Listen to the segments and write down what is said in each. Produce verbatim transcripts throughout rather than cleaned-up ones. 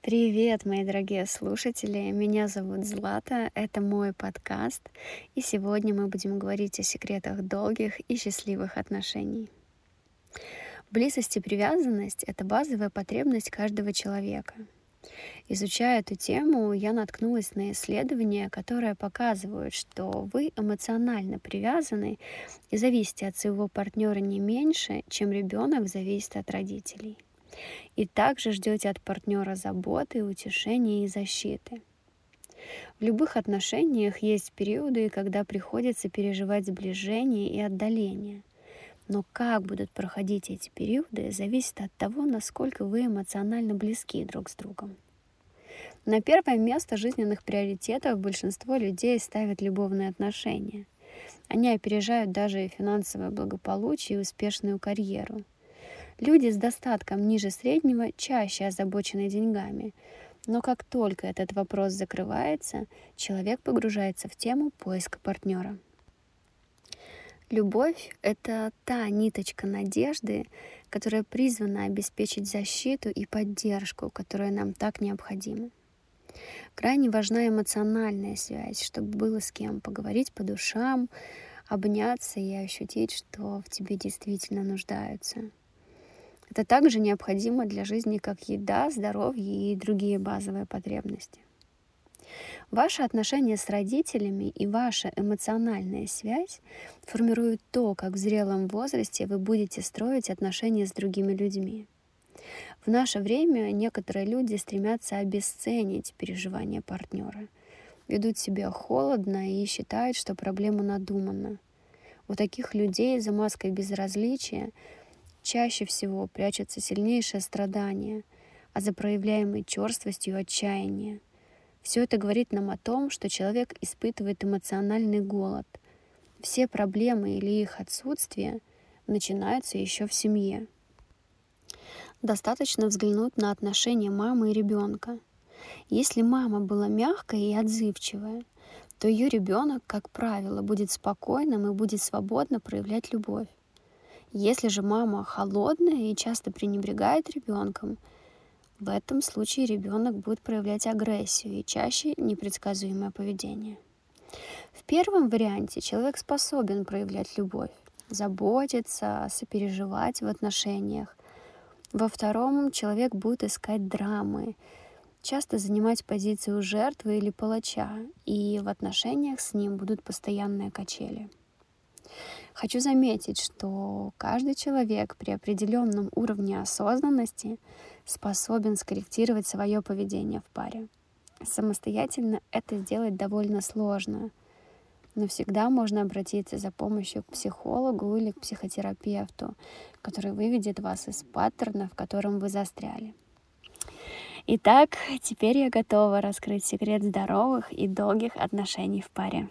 Привет, мои дорогие слушатели! Меня зовут Злата, это мой подкаст, и сегодня мы будем говорить о секретах долгих и счастливых отношений. Близость и привязанность — это базовая потребность каждого человека. Изучая эту тему, я наткнулась на исследования, которые показывают, что вы эмоционально привязаны и зависите от своего партнера не меньше, чем ребенок зависит от родителей. И также ждете от партнера заботы, утешения и защиты. В любых отношениях есть периоды, когда приходится переживать сближение и отдаление. Но как будут проходить эти периоды, зависит от того, насколько вы эмоционально близки друг с другом. На первое место жизненных приоритетов большинство людей ставят любовные отношения. Они опережают даже финансовое благополучие и успешную карьеру. Люди с достатком ниже среднего чаще озабочены деньгами, но как только этот вопрос закрывается, человек погружается в тему поиска партнера. Любовь — это та ниточка надежды, которая призвана обеспечить защиту и поддержку, которая нам так необходима. Крайне важна эмоциональная связь, чтобы было с кем поговорить по душам, обняться и ощутить, что в тебе действительно нуждаются. Это также необходимо для жизни, как еда, здоровье и другие базовые потребности. Ваши отношения с родителями и ваша эмоциональная связь формируют то, как в зрелом возрасте вы будете строить отношения с другими людьми. В наше время некоторые люди стремятся обесценить переживания партнера, ведут себя холодно и считают, что проблема надумана. У таких людей за маской безразличия чаще всего прячется сильнейшее страдание, а за проявляемой черствостью — отчаяние. Все это говорит нам о том, что человек испытывает эмоциональный голод. Все проблемы или их отсутствие начинаются еще в семье. Достаточно взглянуть на отношения мамы и ребенка. Если мама была мягкая и отзывчивая, то ее ребенок, как правило, будет спокойным и будет свободно проявлять любовь. Если же мама холодная и часто пренебрегает ребенком, в этом случае ребенок будет проявлять агрессию и чаще непредсказуемое поведение. В первом варианте человек способен проявлять любовь, заботиться, сопереживать в отношениях. Во втором человек будет искать драмы, часто занимать позицию жертвы или палача, и в отношениях с ним будут постоянные качели. Хочу заметить, что каждый человек при определенном уровне осознанности способен скорректировать свое поведение в паре. Самостоятельно это сделать довольно сложно, но всегда можно обратиться за помощью к психологу или к психотерапевту, который выведет вас из паттерна, в котором вы застряли. Итак, теперь я готова раскрыть секрет здоровых и долгих отношений в паре.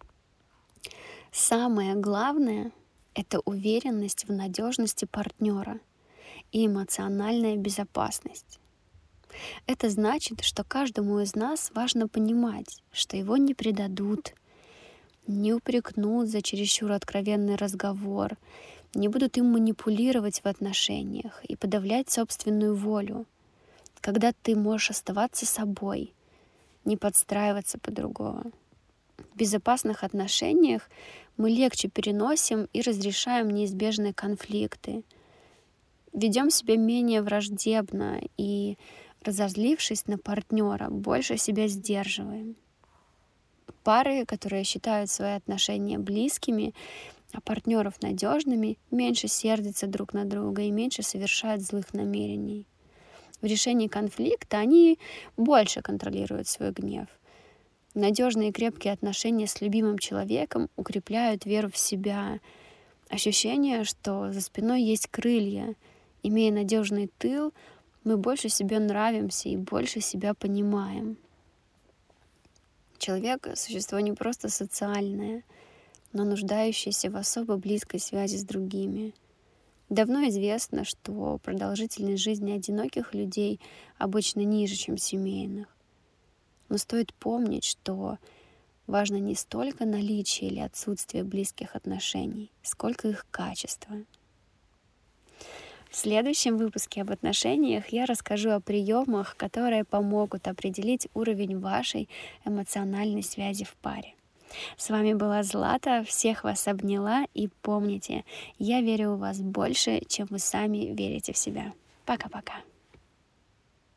Самое главное — это уверенность в надежности партнера и эмоциональная безопасность. Это значит, что каждому из нас важно понимать, что его не предадут, не упрекнут за чересчур откровенный разговор, не будут им манипулировать в отношениях и подавлять собственную волю. Когда ты можешь оставаться собой, не подстраиваться под другого. В безопасных отношениях мы легче переносим и разрешаем неизбежные конфликты. Ведем себя менее враждебно и, разозлившись на партнера, больше себя сдерживаем. Пары, которые считают свои отношения близкими, а партнеров надежными, меньше сердятся друг на друга и меньше совершают злых намерений. В решении конфликта они больше контролируют свой гнев. Надежные и крепкие отношения с любимым человеком укрепляют веру в себя, ощущение, что за спиной есть крылья. Имея надежный тыл, мы больше себе нравимся и больше себя понимаем. Человек — существо не просто социальное, но нуждающееся в особо близкой связи с другими. Давно известно, что продолжительность жизни одиноких людей обычно ниже, чем семейных. Но стоит помнить, что важно не столько наличие или отсутствие близких отношений, сколько их качество. В следующем выпуске об отношениях я расскажу о приемах, которые помогут определить уровень вашей эмоциональной связи в паре. С вами была Злата, всех вас обняла, и помните, я верю в вас больше, чем вы сами верите в себя. Пока-пока.